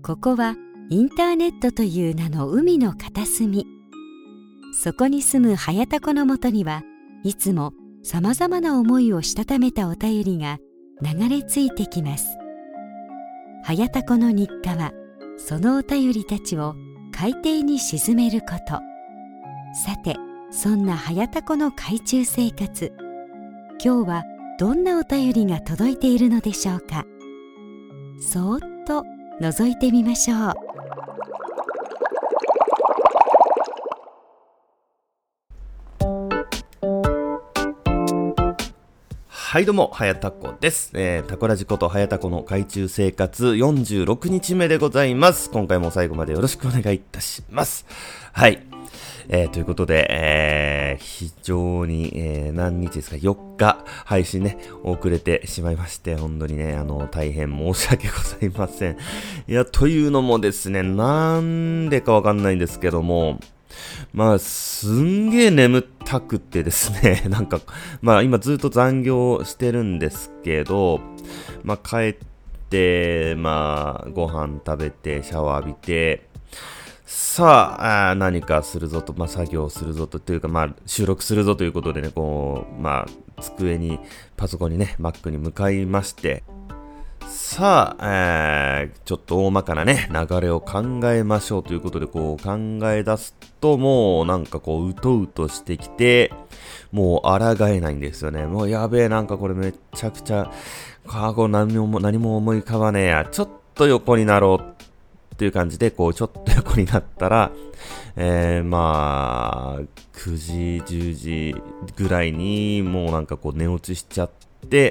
ここはインターネットという名の海の片隅。そこに住むはやたこのもとにはいつもさまざまな思いをしたためたお便りが流れ着いてきます。はやたこの日課はそのお便りたちを海底に沈めること。さて、そんなはやたこの海中生活、今日はどんなお便りが届いているのでしょうか。そーっと覗いてみましょう。 はい、どうもはやたこです。タコラジことはやたこの海中生活46日目でございます。今回も最後までよろしくお願いいたします。はい、ということで、非常に、何日ですか、4日配信ね遅れてしまいまして、本当にね大変申し訳ございません。いや、というのもですね、なんでかわかんないんですけども、すんげー眠たくてですね、なんか、今ずっと残業してるんですけど、帰って、ご飯食べて、シャワー浴びて、さあ、何かするぞと、作業するぞというか、収録するぞということでね、机に、パソコンにね、Mac に向かいまして、さあ、ちょっと大まかなね、流れを考えましょうということで、考え出すと、もうなんかうとうとしてきて、もう抗えないんですよね。もうやべえ、なんかこれめちゃくちゃ、何も思い浮かばねえや。ちょっと横になろうっていう感じで、ちょっと横になったら、9時、10時ぐらいに、もうなんか寝落ちしちゃって、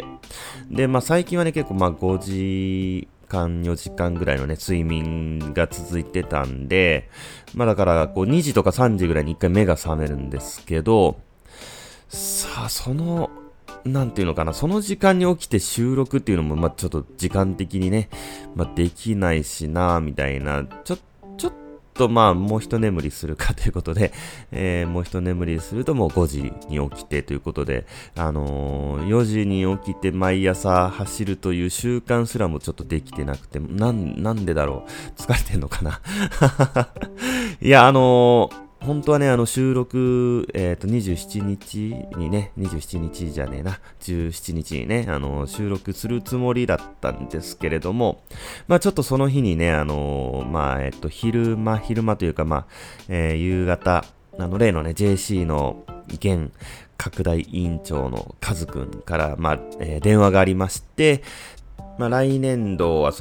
で、最近はね、結構5時間、4時間ぐらいのね、睡眠が続いてたんで、だから2時とか3時ぐらいに一回目が覚めるんですけど、さあ、なんていうのかな、その時間に起きて収録っていうのも、ちょっと時間的にね、できないしな、みたいな、ちょっと、もう一眠りするかということで、もう一眠りするともう5時に起きてということで、4時に起きて毎朝走るという習慣すらもちょっとできてなくて、なんでだろう、疲れてんのかな。いや、本当はね、収録、27日にね、27日じゃねえな、17日にね、収録するつもりだったんですけれども、ちょっとその日にね、昼間というか、夕方、例のね、JC の現拡大委員長のカズくんから、電話がありまして、来年度は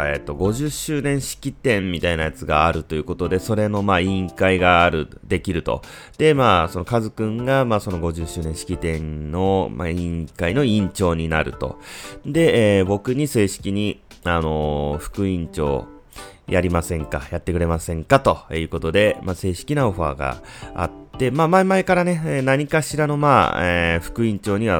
50周年式典みたいなやつがあるということで、それの委員会ができると。で、そのカズくんがその50周年式典の委員会の委員長になると。で、僕に正式に副委員長やってくれませんかということで、正式なオファーがあって、前々からね、何かしらの副委員長には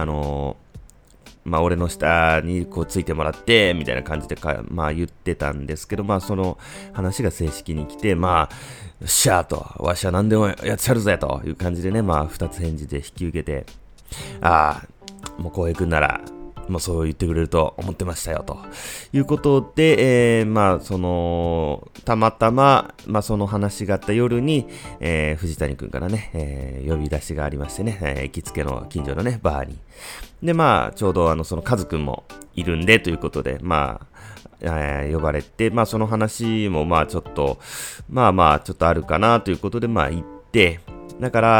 俺の下についてもらって、みたいな感じで言ってたんですけど、その話が正式に来て、よっしゃーと、わしは何でもやってやるぜという感じでね、二つ返事で引き受けて、もう浩平くんなら、もうそう言ってくれると思ってましたよということで、たまたま、その話があった夜に、藤谷くんからね、呼び出しがありましてね、行きつけの近所のね、バーに。で、ちょうどそのカズくんもいるんでということで、呼ばれて、その話もちょっと、ちょっとあるかなということで、行って、だから、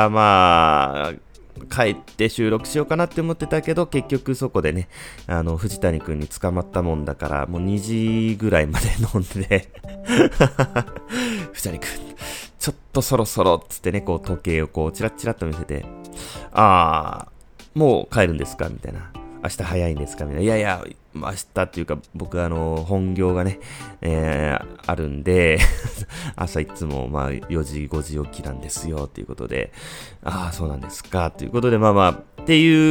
帰って収録しようかなって思ってたけど、結局そこでね、藤谷くんに捕まったもんだから、もう2時ぐらいまで飲んで、藤谷くん、ちょっとそろそろっつってね、時計をチラッチラッと見せて、もう帰るんですかみたいな。明日早いんですかみたいな。いやいや、明日っていうか、僕本業がね、あるんで、朝いつも4時、5時起きなんですよ、ということで、そうなんですか、ということで、っていう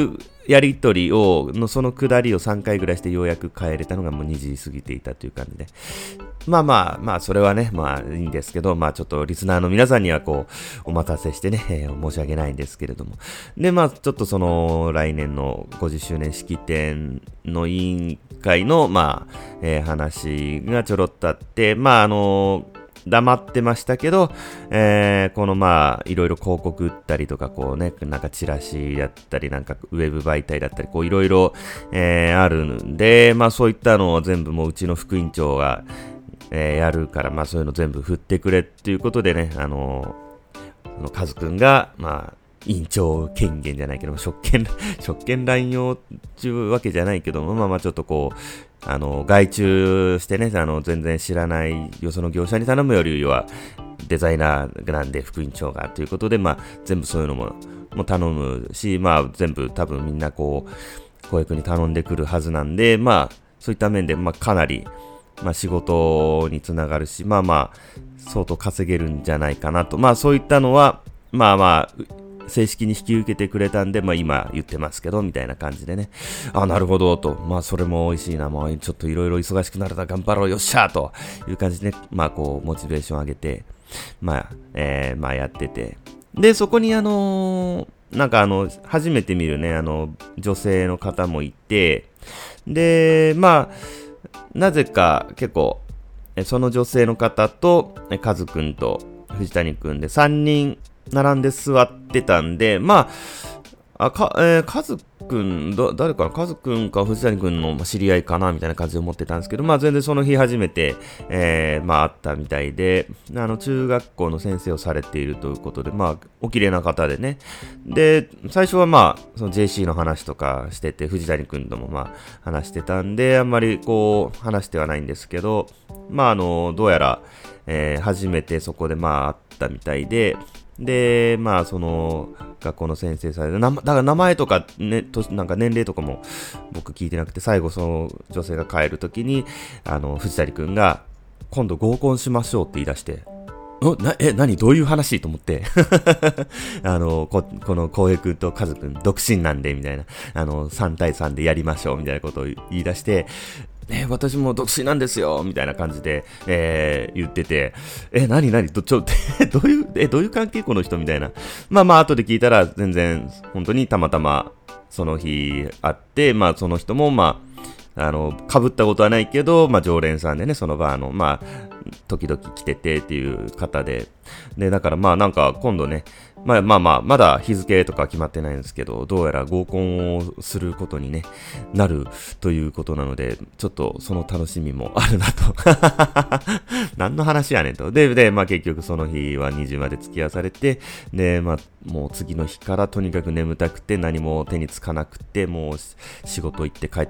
やりとりその下りを3回ぐらいしてようやく帰れたのがもう2時過ぎていたという感じで。まあ、それはね、まあいいんですけど、まあちょっとリスナーの皆さんにはお待たせしてね、申し訳ないんですけれども。で、まあちょっと来年の50周年式典の委員会の、まあ、話がちょろっとあって、まあ黙ってましたけど、まあ、いろいろ広告売ったりとか、なんかチラシやったり、なんかウェブ媒体だったり、いろいろ、あるんで、まあそういったのを全部もううちの副委員長が、やるから、まあそういうの全部振ってくれっていうことでね、カズくんが、まあ、委員長権限じゃないけど、職権乱用っていうわけじゃないけども、まあちょっと外注してね、全然知らないよその業者に頼むよりは、デザイナーなんで副委員長がということで、まあ全部そういうのも頼むし、まあ全部多分みんな小役に頼んでくるはずなんで、まあそういった面で、まあかなり、まあ仕事につながるし、まあ相当稼げるんじゃないかなと。まあそういったのは、まあ正式に引き受けてくれたんで、まあ今言ってますけど、みたいな感じでね。なるほど、と。まあそれも美味しいな。まあちょっといろいろ忙しくなるから頑張ろう、よっしゃーという感じで、まあモチベーション上げて、まあやってて。で、そこになんか初めて見るね、女性の方もいて、で、まあ、なぜか結構、その女性の方と、カズくんと藤谷くんで3人並んで座ってたんで、まあ、カズくん、誰かな、カズくんか藤谷くんの知り合いかなみたいな感じで思ってたんですけど、まあ全然その日初めて、まあ会ったみたいで、中学校の先生をされているということで、まあお綺麗な方でね。で、最初はまあ、その JC の話とかしてて、藤谷くんともまあ話してたんで、あんまり話してはないんですけど、まあどうやら、初めてそこでまあ会ったみたいで、で、まあ、その、学校の先生されて、だから名前とか、ね、なんか年齢とかも僕聞いてなくて、最後その女性が帰るときに、藤谷くんが、今度合コンしましょうって言い出して、何どういう話と思って。この浩平くんとカズくん、独身なんで、みたいな。3対3でやりましょう、みたいなことを言い出して、私も独身なんですよみたいな感じで、言ってて、何どういう関係この人みたいな。まあ後で聞いたら全然本当にたまたまその日会って、まあその人もまあ被ったことはないけど、まあ常連さんでね、そのバーのまあ時々来ててっていう方で、だからまあなんか今度ね、まだ日付とか決まってないんですけど、どうやら合コンをすることにね、なるということなので、ちょっとその楽しみもあるなと。何の話やねんと。で、まあ結局その日は2時まで付き合わされて、で、まあもう次の日からとにかく眠たくて何も手につかなくて、もう仕事行って帰って、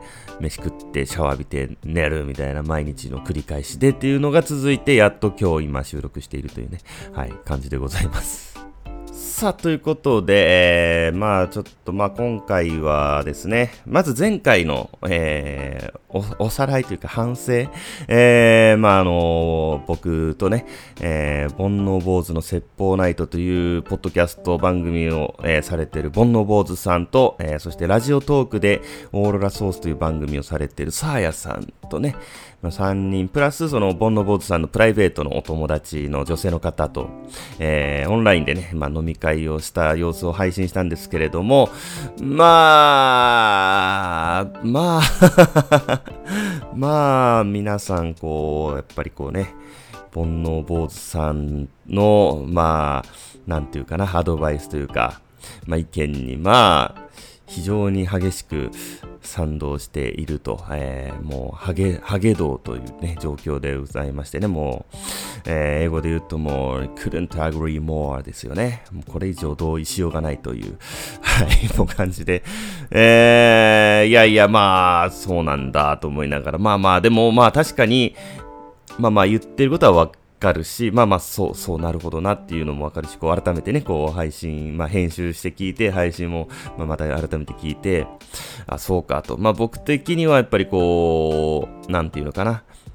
飯食ってシャワー浴びて寝るみたいな毎日の繰り返しでっていうのが続いて、やっと今日今収録しているというね、はい、感じでございます。さあ、ということで、まあちょっとまあ今回はですね、まず前回の、おさらいというか反省、まあ僕とね、煩悩坊主の説法ナイトというポッドキャスト番組を、されている煩悩坊主さんと、そしてラジオトークでオーロラソースという番組をされているサーヤさんとね、まあ、3人プラスその煩悩坊主さんのプライベートのお友達の女性の方と、オンラインでね、まあ、飲み会をした様子を配信したんですけれども、まあ皆さんやっぱりね、煩悩坊主さんのまあなんていうかな、アドバイスというか、まあ意見に非常に激しく賛同していると、もうハゲ道というね状況でございましてね、もう、英語で言うともう couldn't agree more ですよね。もうこれ以上同意しようがないというもう感じで、いやまあそうなんだと思いながら、でも確かに言ってることは分かるし、そうなるほどなっていうのも分かるし、改めてね、配信、編集して聞いて、配信も、また改めて聞いて、そうかと。僕的にはやっぱりなんていうのかな。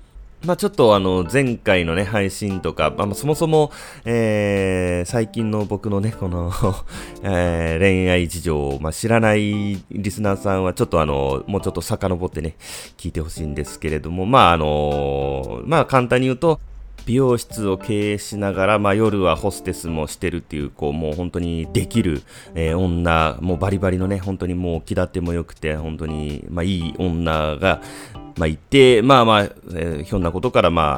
ちょっと前回のね、配信とか、そもそも、最近の僕のね、この、恋愛事情を、知らないリスナーさんは、ちょっともうちょっと遡ってね、聞いてほしいんですけれども、簡単に言うと、美容室を経営しながら、夜はホステスもしてるっていう、もう本当にできる、女、もうバリバリのね、本当にもう気立ても良くて、本当に、いい女が、いて、ひょんなことから、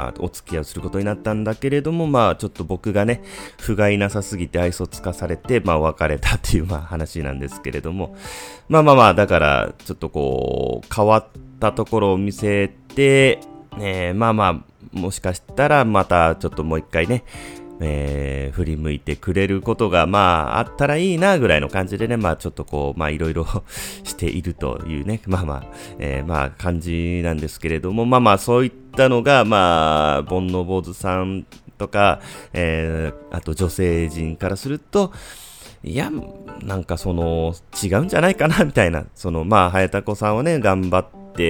お付き合いをすることになったんだけれども、ちょっと僕がね、不甲斐なさすぎて愛想つかされて、別れたっていう、話なんですけれども、だから、ちょっと変わったところを見せて、もしかしたら、また、ちょっともう一回ね、振り向いてくれることが、あったらいいな、ぐらいの感じでね、ちょっといろいろしているというね、感じなんですけれども、そういったのが、煩悩坊主さんとか、あと女性陣からすると、いや、なんか違うんじゃないかな、みたいな、早田子さんはね、頑張って、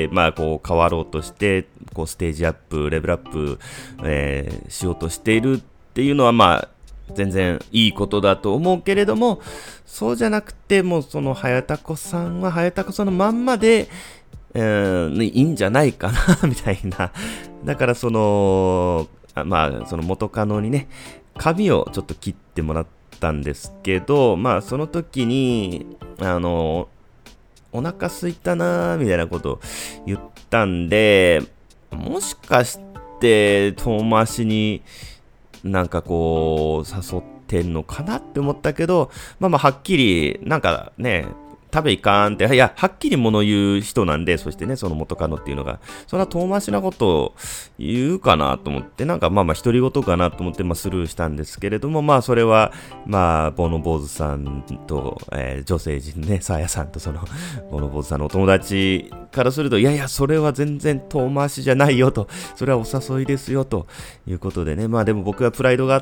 変わろうとして、ステージアップ、レベルアップ、しようとしているっていうのは全然いいことだと思うけれども、そうじゃなくてもう早田子さんは早田子さんのまんまで、いいんじゃないかなみたいな。だからその元カノにね、髪をちょっと切ってもらったんですけど、その時にお腹空いたなみたいなことを言ったんで、もしかして遠回しになんか誘ってんのかなって思ったけど、はっきりなんかね、食べいかんって、いや、はっきり物言う人なんで、そしてね、その元カノっていうのが、そんな遠回しなことを言うかなと思って、なんか独り言かなと思ってスルーしたんですけれども、それはボノボーズさんと、女性陣ね、サーヤさんとそのボノボーズさんのお友達からすると、いやいや、それは全然遠回しじゃないよと、それはお誘いですよということでね、でも僕はプライドがあって、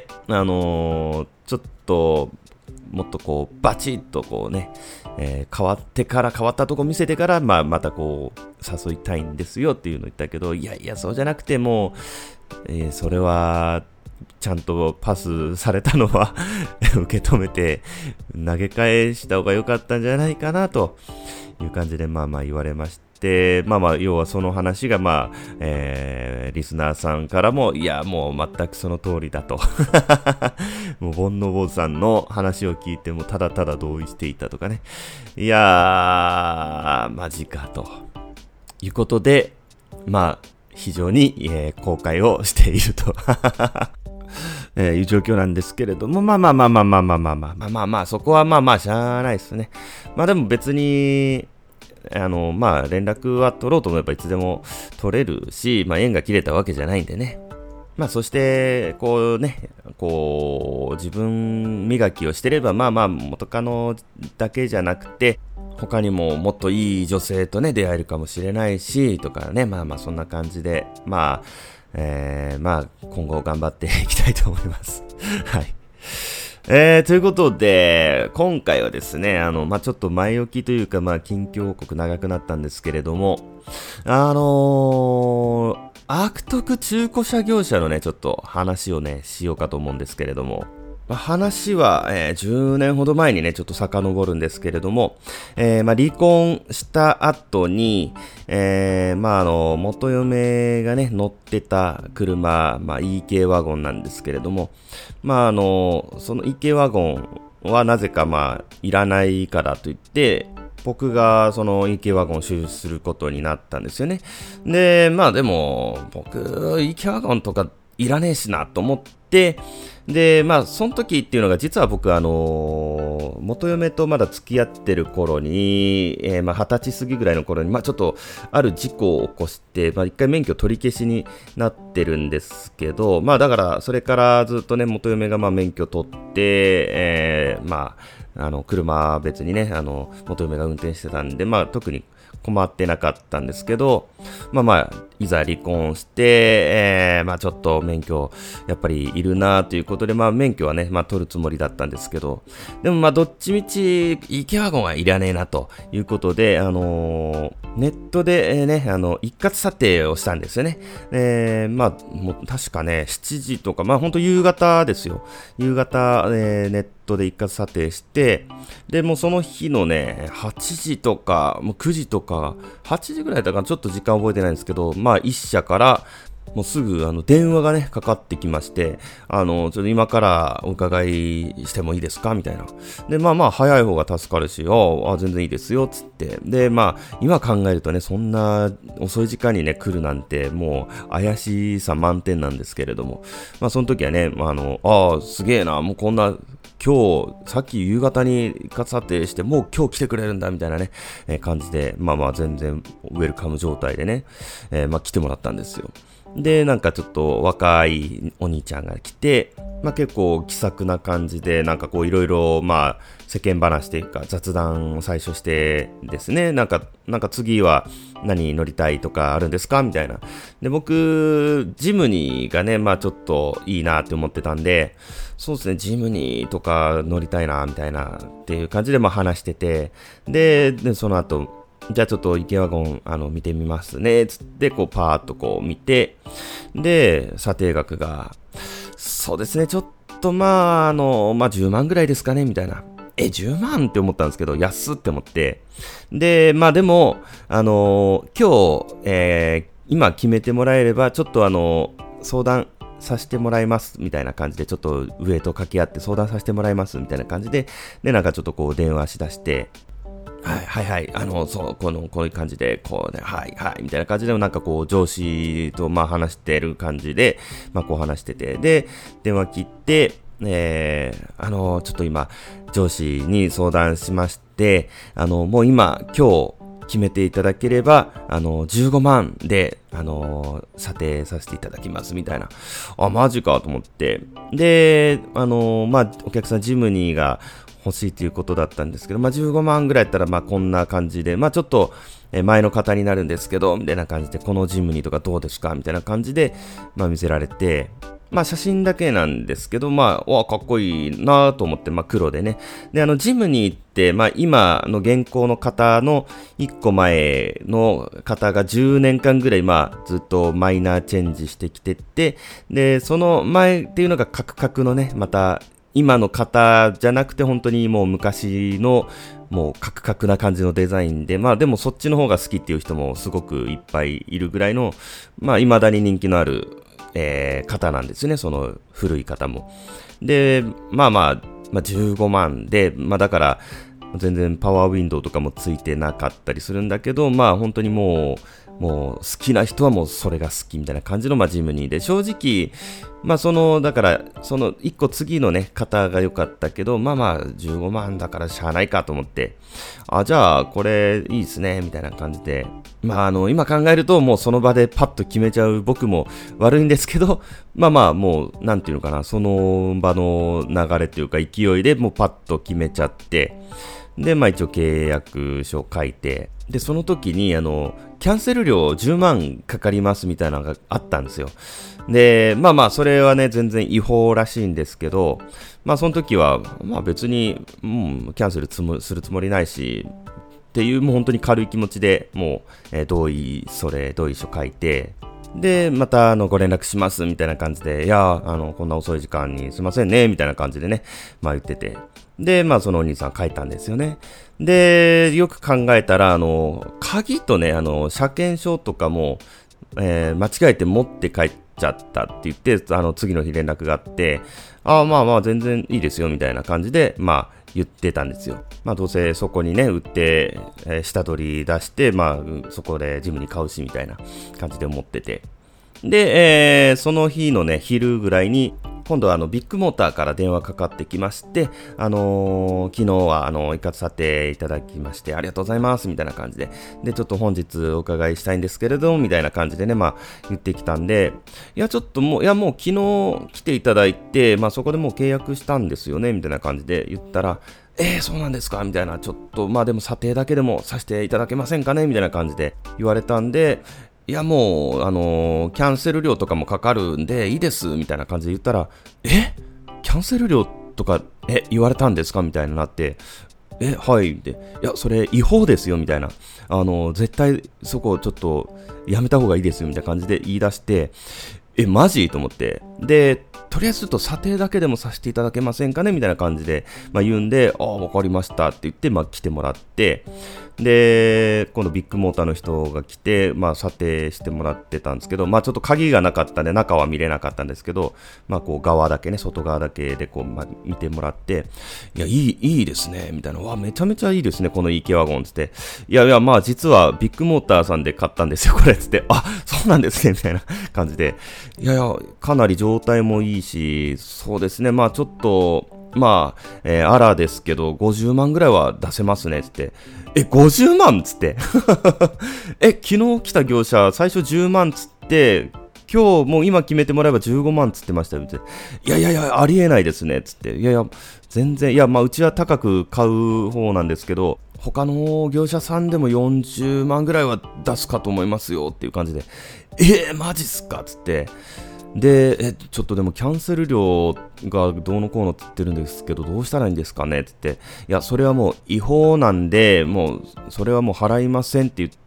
ちょっともっとバチッと変わったとこ見せてから、また誘いたいんですよっていうのを言ったけど、いやいや、そうじゃなくてもう、それは、ちゃんとパスされたのは受け止めて投げ返した方が良かったんじゃないかなという感じで言われまして、要はその話がリスナーさんからも、いやもう全くその通りだともう煩悩坊主さんの話を聞いてもただただ同意していたとかね、いやーマジかということで、非常に、後悔をしているという状況なんですけれども、そこはしゃあないですね。でも別に、連絡は取ろうと思えばいつでも取れるし、縁が切れたわけじゃないんでね。そして、自分磨きをしてれば、元カノだけじゃなくて、他にももっといい女性とね、出会えるかもしれないし、とかね、そんな感じで、今後頑張っていきたいと思います。はい。ということで、今回はですね、ちょっと前置きというか、近況報告長くなったんですけれども、悪徳中古車業者のね、ちょっと話をね、しようかと思うんですけれども、話は、10年ほど前にね、ちょっと遡るんですけれども、離婚した後に、元嫁がね、乗ってた車、EK ワゴンなんですけれども、その EK ワゴンはなぜかいらないからといって、僕がその EK ワゴンを所有することになったんですよね。で、でも、僕、EK ワゴンとかいらねえしなと思って、で、その時っていうのが実は僕元嫁とまだ付き合ってる頃に、20歳過ぎぐらいの頃に、ちょっとある事故を起こして、一回免許取り消しになってるんですけど、だからそれからずっとね、元嫁が免許取って、車別にね、元嫁が運転してたんで、特に困ってなかったんですけど、 いざ離婚して、ちょっと免許やっぱりいるなということで、免許はね、取るつもりだったんですけど、でもどっちみちイケワゴンはいらねえなということで、ネットで、一括査定をしたんですよね。もう確かね、7時とか、ほんと夕方ですよ。夕方、ネットで一括査定して、で、もうその日のね、8時とか、もう9時とか、8時ぐらいだからちょっと時間覚えてないんですけど、一社から、もうすぐ電話がね、かかってきまして、ちょっと今からお伺いしてもいいですかみたいな。で、早い方が助かるし、全然いいですよ、つって。で、今考えるとね、そんな遅い時間にね、来るなんて、もう怪しさ満点なんですけれども、その時はね、すげえな、もうこんな、今日、さっき夕方に一括査定して、もう今日来てくれるんだ、みたいなね、感じで、全然ウェルカム状態でね、来てもらったんですよ。で、なんかちょっと若いお兄ちゃんが来て、結構気さくな感じで、なんかこういろいろ、世間話というか雑談を最初してですね、なんか次は何乗りたいとかあるんですかみたいな。で、僕、ジムニーがね、ちょっといいなって思ってたんで、そうですね、ジムニーとか乗りたいな、みたいなっていう感じで話してて、で、その後、じゃあちょっとイケワゴン見てみますねつってこうパーッとこう見て、で査定額がそうですねちょっと10万ぐらいですかねみたいな。10万って思ったんですけど安って思って、ででも今日、今決めてもらえればちょっと相談させてもらいますみたいな感じでちょっとウエイト掛け合って相談させてもらいますみたいな感じでなんかちょっとこう電話しだして、はい、こういう感じで、こうね、はい、みたいな感じで、なんかこう、上司と、話してる感じで、こう話してて、で、電話切って、ちょっと今、上司に相談しまして、もう今日、決めていただければ、15万で、査定させていただきます、みたいな。マジかと思って。で、お客さん、ジムニーが、欲しいということだったんですけど、15万ぐらいやったら、こんな感じで、ちょっと、前の方になるんですけど、みたいな感じで、このジムニーとかどうですかみたいな感じで、見せられて、写真だけなんですけど、かっこいいなと思って、黒でね。で、ジムニーって、今の現行の方の1個前の方が10年間ぐらい、ずっとマイナーチェンジしてきてって、で、その前っていうのがカクカクのね、また、今の方じゃなくて本当にもう昔のもうカクカクな感じのデザインで、でもそっちの方が好きっていう人もすごくいっぱいいるぐらいの、未だに人気のある、方なんですよね、その古い方も。で、15万で、だから全然パワーウィンドウとかもついてなかったりするんだけど、本当にもう好きな人はもうそれが好きみたいな感じのジムニーで、正直だからその一個次のね方が良かったけど、15万だからしゃあないかと思って、じゃあこれいいですねみたいな感じで、今考えるともうその場でパッと決めちゃう僕も悪いんですけど、もうなんていうのかな、その場の流れというか勢いでもうパッと決めちゃって、で一応契約書を書いて、でその時にキャンセル料10万かかりますみたいなのがあったんですよ。でそれはね全然違法らしいんですけど、その時は別にキャンセルするつもりないしっていう、もう本当に軽い気持ちでもう、同意書書いて、でまたご連絡しますみたいな感じで、いやこんな遅い時間にすいませんねみたいな感じでね言ってて、でそのお兄さん書いたんですよね。でよく考えたら鍵とね車検証とかも、間違えて持って帰っちゃったって言って、次の日連絡があって、全然いいですよみたいな感じで言ってたんですよ。どうせそこにね売って、下取り出して、そこでジムに買うしみたいな感じで思ってて、で、その日のね昼ぐらいに今度はビッグモーターから電話かかってきまして、昨日は一括査定いただきましてありがとうございますみたいな感じで、でちょっと本日お伺いしたいんですけれどもみたいな感じでね言ってきたんで、もう昨日来ていただいて、そこでもう契約したんですよねみたいな感じで言ったら、そうなんですかみたいな、ちょっとでも査定だけでもさせていただけませんかねみたいな感じで言われたんで、 いやもう、キャンセル料とかもかかるんでいいですみたいな感じで言ったら、キャンセル料とか、言われたんですかみたいになって、はい。で、いや、それ違法ですよ、みたいな。絶対そこをちょっとやめた方がいいですよ、みたいな感じで言い出して、マジと思って。で、とりあえずちょっと査定だけでもさせていただけませんかねみたいな感じで、言うんで、わかりましたって言って、来てもらって、で、今度ビッグモーターの人が来て、査定してもらってたんですけど、ちょっと鍵がなかったんで、中は見れなかったんですけど、こう側だけね、外側だけでこう、見てもらって、いや、いいですね、みたいな。めちゃめちゃいいですね、この EK ワゴンつって。いや、実はビッグモーターさんで買ったんですよ、これつって。そうなんですね、みたいな感じで。いや、かなり状態もいいし、そうですね、ちょっと、アラですけど、50万ぐらいは出せますね、つって。50万つって。昨日来た業者、最初10万つって、今日もう今決めてもらえば15万つってましたよ、つって。いや、ありえないですね、つって。全然、うちは高く買う方なんですけど、他の業者さんでも40万ぐらいは出すかと思いますよっていう感じで、マジっすかつって。で、ちょっとでもキャンセル料がどうのこうのって言ってるんですけど、どうしたらいいんですかねって言って、いや、それはもう違法なんで、もう、それはもう払いませんって言って、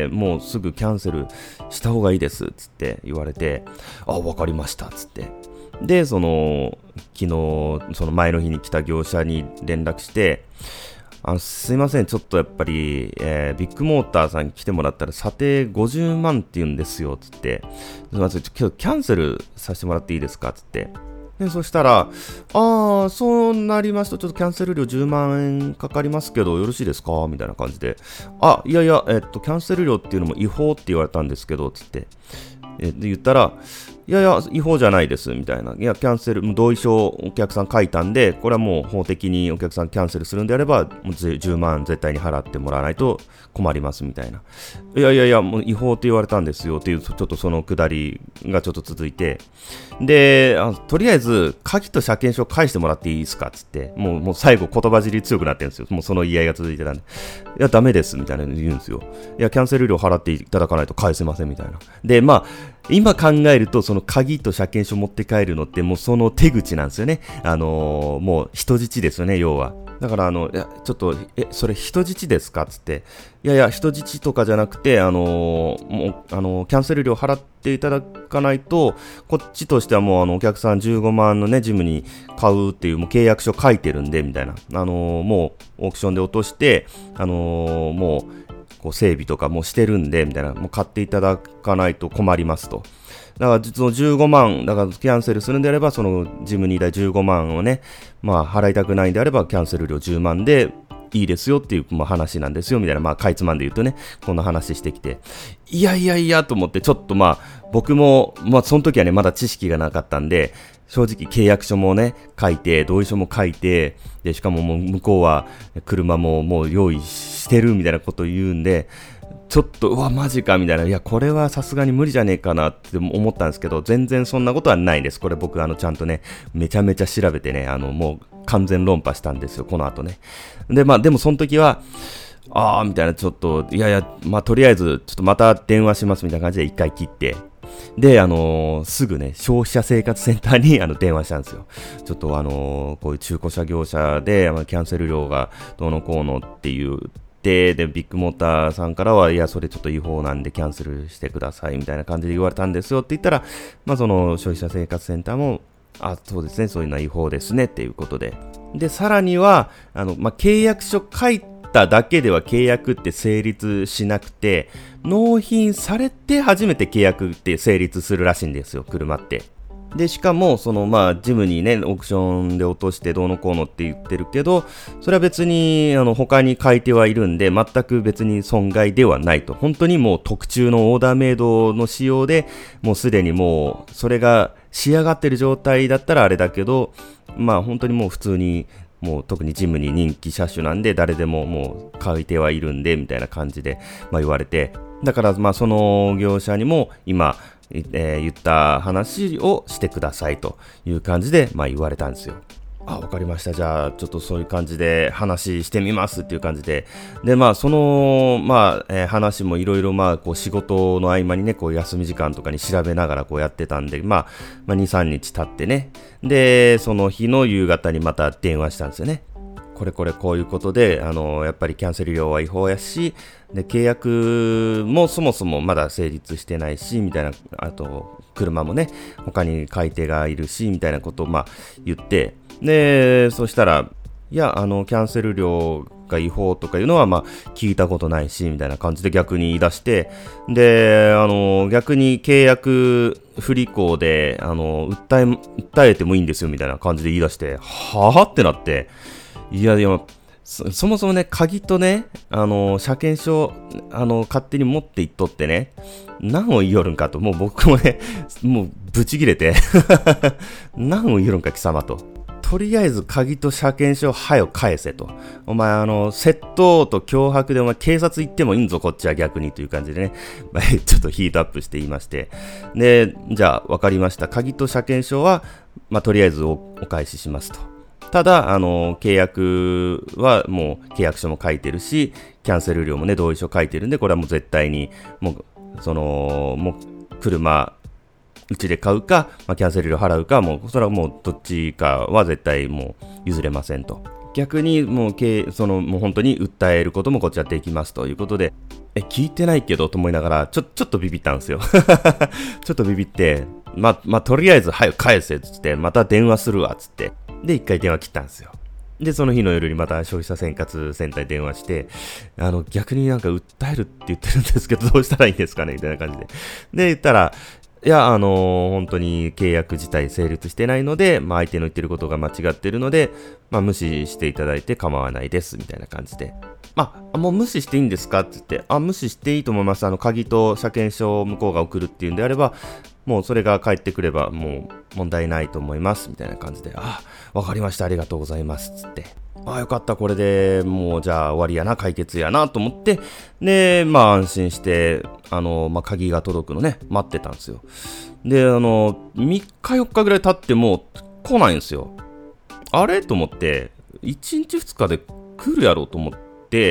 もうすぐキャンセルした方がいいですつって言われて、わかりましたつって。で、昨日、その前の日に来た業者に連絡して、すいません、ちょっとやっぱり、ビッグモーターさんに来てもらったら査定50万って言うんですよ、つって。すいません、今日キャンセルさせてもらっていいですかつって。で、そしたら、そうなりますと、ちょっとキャンセル料10万円かかりますけど、よろしいですかみたいな感じで。いや、キャンセル料っていうのも違法って言われたんですけど、つって。で、言ったら、いや、違法じゃないです、みたいな。いや、キャンセル、同意書をお客さん書いたんで、これはもう法的にお客さんキャンセルするんであれば、もう10万絶対に払ってもらわないと困ります、みたいな。いや、もう違法って言われたんですよ、っていう、ちょっとそのくだりがちょっと続いて。で、とりあえず、鍵と車検証返してもらっていいですかつって、もう最後言葉尻強くなってるんですよ。もうその言い合いが続いてたんで。いや、ダメです、みたいなの言うんですよ。いや、キャンセル料払っていただかないと返せません、みたいな。で、今考えると、その鍵と車検証持って帰るのってもうその手口なんですよね。もう人質ですよね、要は。だからいや、ちょっと、それ人質ですかつって。いや、人質とかじゃなくて、もう、キャンセル料払っていただかないと、こっちとしてはもうお客さん15万のね、ジムに買うっていうもう契約書書いてるんで、みたいな。もう、オークションで落として、もう、こう整備とかもしてるんでみたいな、もう買っていただかないと困りますと。だからその15万だからキャンセルするんであれば、そのジムニー代15万をね、払いたくないんであればキャンセル料10万でいいですよっていう、話なんですよみたいな、かいつまんで言うとね、こんな話してきて、いやと思って、ちょっと僕もその時はねまだ知識がなかったんで、正直契約書もね書いて、同意書も書いて、でしかももう向こうは車ももう用意してるみたいなことを言うんで、ちょっとマジかみたいな、いやこれはさすがに無理じゃねえかなって思ったんですけど、全然そんなことはないです。これ僕ちゃんとねめちゃめちゃ調べてね、もう完全論破したんですよ、この後ね。ででもその時はみたいな、ちょっといやとりあえずちょっとまた電話しますみたいな感じで一回切って、で、すぐね、消費者生活センターに電話したんですよ。ちょっとこういう中古車業者でキャンセル料がどうのこうのっていうで、ビッグモーターさんからは、いや、それちょっと違法なんでキャンセルしてくださいみたいな感じで言われたんですよって言ったら、その消費者生活センターも、そうですね、そういうのは違法ですねっていうことで。で、さらには、契約書書いただけでは契約って成立しなくて、納品されて初めて契約って成立するらしいんですよ、車って。で、しかも、ジムにね、オークションで落としてどうのこうのって言ってるけど、それは別に、他に買い手はいるんで、全く別に損害ではないと。本当にもう特注のオーダーメイドの仕様で、もうすでにもう、それが仕上がってる状態だったらあれだけど、本当にもう普通に、もう特にジムに人気車種なんで、誰でももう買い手はいるんで、みたいな感じで、言われて、だからその業者にも今、言った話をしてくださいという感じで、言われたんですよ。 わかりました。じゃあ、ちょっとそういう感じで話してみますっていう感じで。で、まあ、その、話もいろいろ、こう仕事の合間にね、こう休み時間とかに調べながらこうやってたんで、2、3日経ってね。で、その日の夕方にまた電話したんですよね。こういうことで、やっぱりキャンセル料は違法やし、で、契約もそもそもまだ成立してないし、みたいな、あと、車もね、他に買い手がいるし、みたいなことを言って、で、そしたら、いや、キャンセル料が違法とかいうのは、聞いたことないし、みたいな感じで逆に言い出して、で、逆に契約不履行で、訴えてもいいんですよ、みたいな感じで言い出して、はぁってなって、いや、そもそもね、鍵とね、車検証、勝手に持っていっとってね、何を言いよるんかと、もう僕もね、もう、ブチ切れて、何を言いよるんか、貴様と。とりあえず、鍵と車検証、はよ返せと。お前、窃盗と脅迫で、お前、警察行ってもいいんぞ、こっちは逆に、という感じでね、ちょっとヒートアップして言いまして。で、じゃあ、わかりました。鍵と車検証は、とりあえずお返ししますと。ただ、契約はもう契約書も書いてるし、キャンセル料もね、同意書書いてるんで、これはもう絶対に、もう車、うちで買うか、キャンセル料払うか、もう、それはもうどっちかは絶対もう譲れませんと。逆にもうもう本当に訴えることもこっちはできますということで、聞いてないけどと思いながら、ちょっとビビったんですよ。ちょっとビビって、とりあえず、はい、返せっつって、また電話するわっつって。で、一回電話切ったんですよ。で、その日の夜にまた消費者生活センターに電話して、逆になんか訴えるって言ってるんですけど、どうしたらいいんですかねみたいな感じで。で、言ったら、いや、本当に契約自体成立してないので、相手の言ってることが間違ってるので、無視していただいて構わないです、みたいな感じで。もう無視していいんですかって言って、無視していいと思います。鍵と車検証を向こうが送るっていうんであれば、もうそれが返ってくればもう問題ないと思います、みたいな感じで、わかりました、ありがとうございます、つって。よかった、これでもうじゃあ終わりやな、解決やなと思って、で、安心して、鍵が届くのね、待ってたんですよ。で、3日4日ぐらい経っても来ないんですよ。あれと思って、1日2日で来るやろうと思って、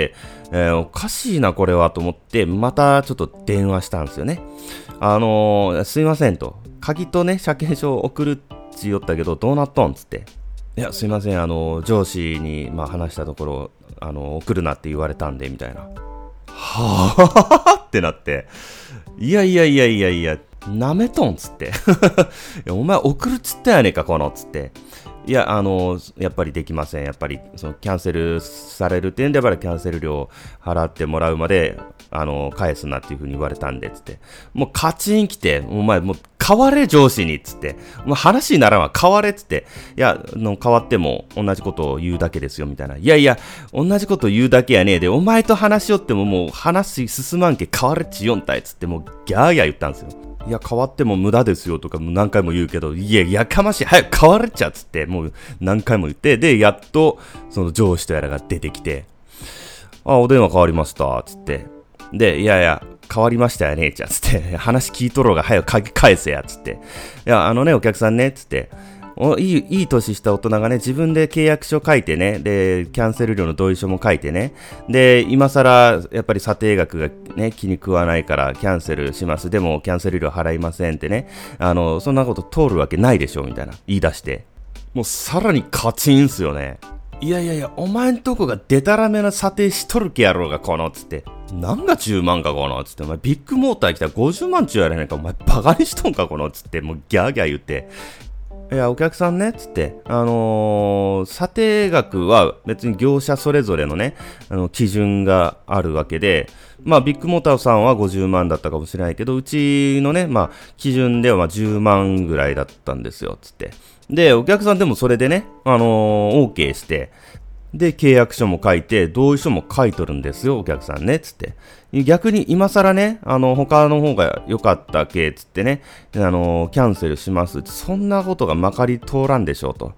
おかしいな、これはと思って、またちょっと電話したんですよね。すいませんと。鍵とね、車検証送るって言ったけど、どうなっとんつって。いや、すいません、上司に、話したところ、送るなって言われたんで、みたいな。はぁってなって。いや、舐めとんつって。いや、お前送るっつったやねえか、この、つって。いや、やっぱりできません。やっぱり、キャンセルされる点で、やっぱりキャンセル料払ってもらうまで、返すなっていう風に言われたんで、つって。もうカチン来て、お前もう変われ上司に、つって。お前話にならんわ、変われ、つって。いや、変わっても同じことを言うだけですよ、みたいな。いや、同じことを言うだけやねえで、お前と話しよってももう話進まんけ変われっちよんたい、つってもうギャーギャー言ったんですよ。いや、変わっても無駄ですよとか何回も言うけど、いや、やかましい、早く変われっちゃっつって、もう何回も言って、で、やっと、その上司とやらが出てきて、お電話変わりました、つって。で、いや、変わりましたよね、ちゃん、つって。話聞いとろうが、早く鍵返せや、つって。いや、お客さんね、つって。いい年した大人がね、自分で契約書書いてね、で、キャンセル料の同意書も書いてね、で、今更、やっぱり査定額がね、気に食わないから、キャンセルします。でも、キャンセル料払いませんってね、そんなこと通るわけないでしょ、みたいな、言い出して。もう、さらにカチンすよね。いや、お前んとこがデタラメな査定しとるけやろうが、この、つって。なんが10万か、この、つって。お前、ビッグモーター来たら50万ちゅうやれへんか、お前、バカにしとんか、この、つって。もう、ギャーギャー言って。いや、お客さんね、つって、査定額は別に業者それぞれのね、基準があるわけで、ビッグモーターさんは50万だったかもしれないけど、うちのね、基準では10万ぐらいだったんですよ、つって。で、お客さんでもそれでね、OK して、で、契約書も書いて、同意書も書いとるんですよ、お客さんね、つって。逆に今更ね、他の方が良かったつってね、キャンセルします。そんなことがまかり通らんでしょうと。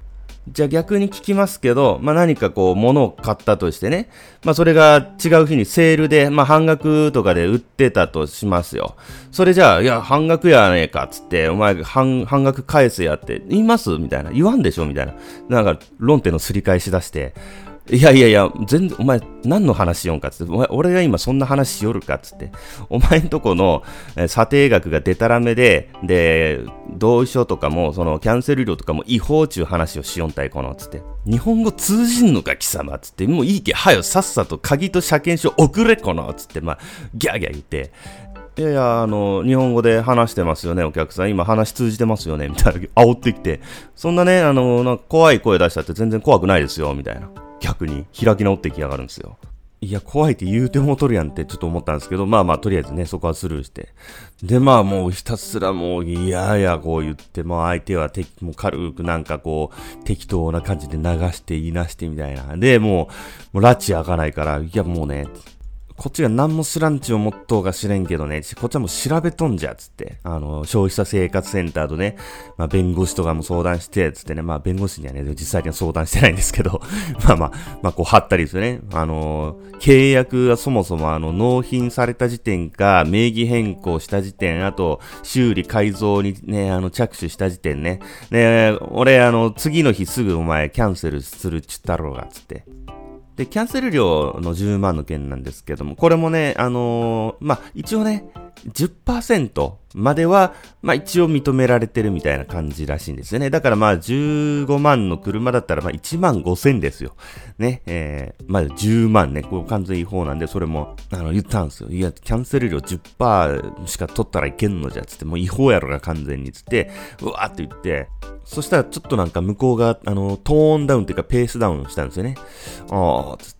じゃあ逆に聞きますけど、何かこう物を買ったとしてね、それが違う日にセールで、半額とかで売ってたとしますよ。それじゃあ、いや、半額やねえかっつって、お前半額返せやって言いますみたいな。言わんでしょみたいな。なんか論点のすり返し出して、いや、全然、お前、何の話しよんかっつって、俺が今そんな話しよるかっつって、お前んとこの査定額がデタラメで、同意書とかも、そのキャンセル料とかも違法中話をしよんたいこの、つって。日本語通じんのか貴様つって、もういいけ、はよ、さっさと鍵と車検証送れこの、つって、ギャーギャー言って、いやいや、日本語で話してますよね、お客さん。今話通じてますよね、みたいな。煽ってきて。そんなね、なんか怖い声出したって全然怖くないですよ、みたいな。逆に開き直ってきやがるんですよ。いや、怖いって言うてもとるやんってちょっと思ったんですけど、とりあえずね、そこはスルーして。で、もうひたすらもう、いやこう言って、相手はもう軽くなんかこう、適当な感じで流して言いなしてみたいな。で、もう拉致開かないから、いやもうね、こっちが何も知らんちを持っとうか知れんけどね、こっちはもう調べとんじゃ、つって。消費者生活センターとね、弁護士とかも相談して、つってね、弁護士にはね、実際には相談してないんですけど、こう貼ったりですね、契約がそもそも納品された時点か、名義変更した時点、あと、修理改造にね、着手した時点ね、俺、次の日すぐお前キャンセルするっちったろうが、つって。で、キャンセル料の10万の件なんですけども、これもね、一応ね、10% までは、一応認められてるみたいな感じらしいんですよね。だから15万の車だったら1万5千ですよ。ね、10万ね、これ完全違法なんで、それも、言ったんですよ。いや、キャンセル料 10% しか取ったらいけんのじゃ、つって、もう違法やろが完全に、つって、うわーって言って、そしたらちょっとなんか向こうが、トーンダウンっていうかペースダウンしたんですよね。つって、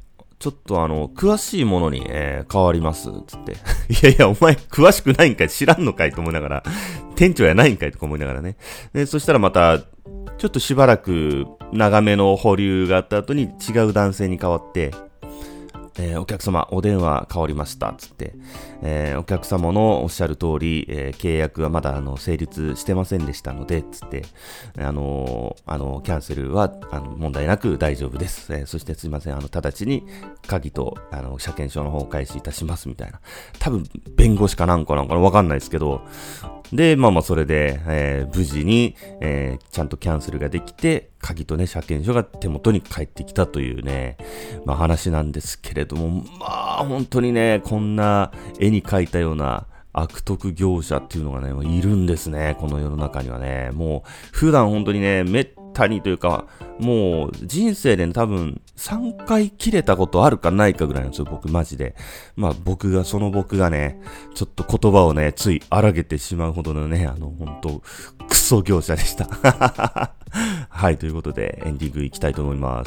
ちょっと詳しいものに、変わります、つって。いや、お前詳しくないんかい知らんのかいと思いながら、店長やないんかいとか思いながらね。で、そしたらまた、ちょっとしばらく長めの保留があった後に違う男性に変わって、お客様お電話変わりましたつって、お客様のおっしゃる通り、契約はまだ成立してませんでしたのでつって、キャンセルは問題なく大丈夫です、そしてすいません直ちに鍵と車検証の方を開始いたしますみたいな、多分弁護士かなんかわかんないですけど、でそれで、無事に、ちゃんとキャンセルができて鍵とね車検証が手元に返ってきたというね、話なんですけれども、本当にねこんな絵に描いたような悪徳業者っていうのがねいるんですね、この世の中にはね。もう普段本当にねめったにというか、もう人生で、ね、多分3回切れたことあるかないかぐらいなんですよ、僕マジで。その僕がねちょっと言葉をねつい荒げてしまうほどのね本当クソ業者でしたはい、ということでエンディングいきたいと思います。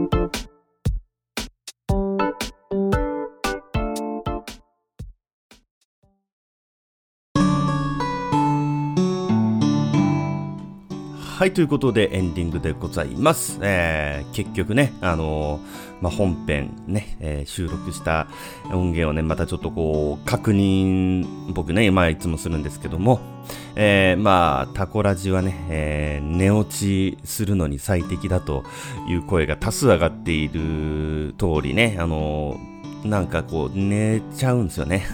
はい、ということでエンディングでございます。結局ね、本編ね、収録した音源をね、またちょっとこう、確認、僕ね、いつもするんですけども、タコラジはね、寝落ちするのに最適だという声が多数上がっている通りね、なんかこう寝ちゃうんですよね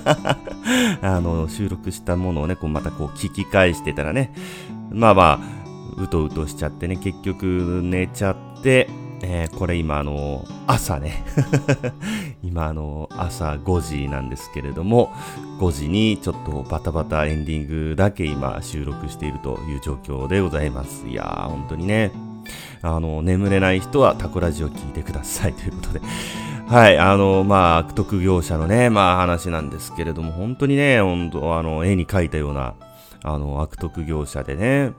収録したものをねまた聞き返してたらね、うとうとしちゃってね、結局寝ちゃって、これ今朝ね今朝5時なんですけれども、5時にちょっとバタバタエンディングだけ今収録しているという状況でございます。いやー本当にね、眠れない人はタコラジを聞いてくださいということで、はい、悪徳業者のね、話なんですけれども、本当にね、絵に描いたような、悪徳業者でね、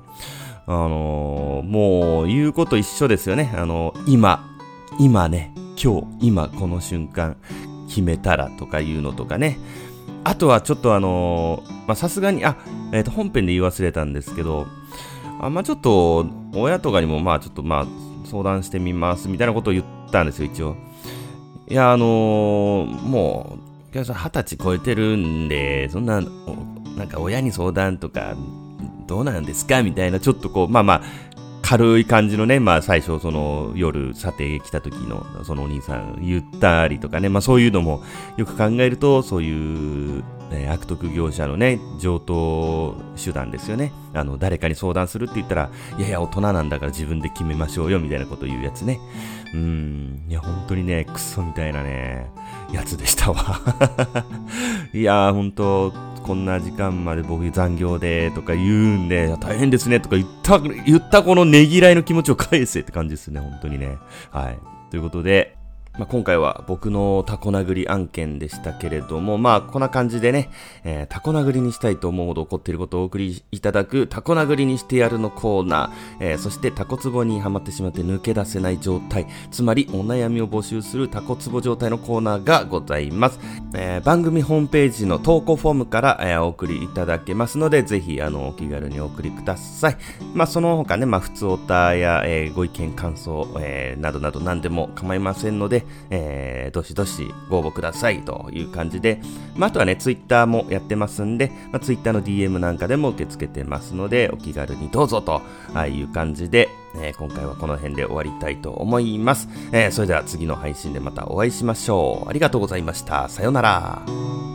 もう、言うこと一緒ですよね。今ね、今この瞬間、決めたらとかいうのとかね。あとはちょっとさすがに、本編で言い忘れたんですけど、ちょっと、親とかにも、ちょっと相談してみます、みたいなことを言ったんですよ、一応。いや、もう、20歳超えてるんで、そんな、なんか親に相談とか、どうなんですかみたいな、ちょっとこう、 軽い感じのね、最初その夜査定来た時のそのお兄さん言ったりとかね、そういうのもよく考えると、そういう、悪徳業者のね、上等手段ですよね。誰かに相談するって言ったら、いやいや大人なんだから自分で決めましょうよみたいなこと言うやつね。いや本当にね、クソみたいなね、やつでしたわ。いや本当こんな時間まで僕残業でとか言うんで、大変ですねとか言ったこのねぎらいの気持ちを返せって感じですね、本当にね。はい。ということで、今回は僕のタコ殴り案件でしたけれども、こんな感じでね、タコ殴りにしたいと思うほど起こっていることをお送りいただくタコ殴りにしてやるのコーナー、そしてタコツボにはまってしまって抜け出せない状態、つまりお悩みを募集するタコツボ状態のコーナーがございます。番組ホームページの投稿フォームから、お送りいただけますので、ぜひお気軽にお送りください。その他ね、普通おたや、ご意見感想、などなど何でも構いませんので、どしどしご応募くださいという感じで、あとはねツイッターもやってますんで、ツイッターの DM なんかでも受け付けてますので、お気軽にどうぞという感じで、今回はこの辺で終わりたいと思います。それでは次の配信でまたお会いしましょう。ありがとうございました。さようなら。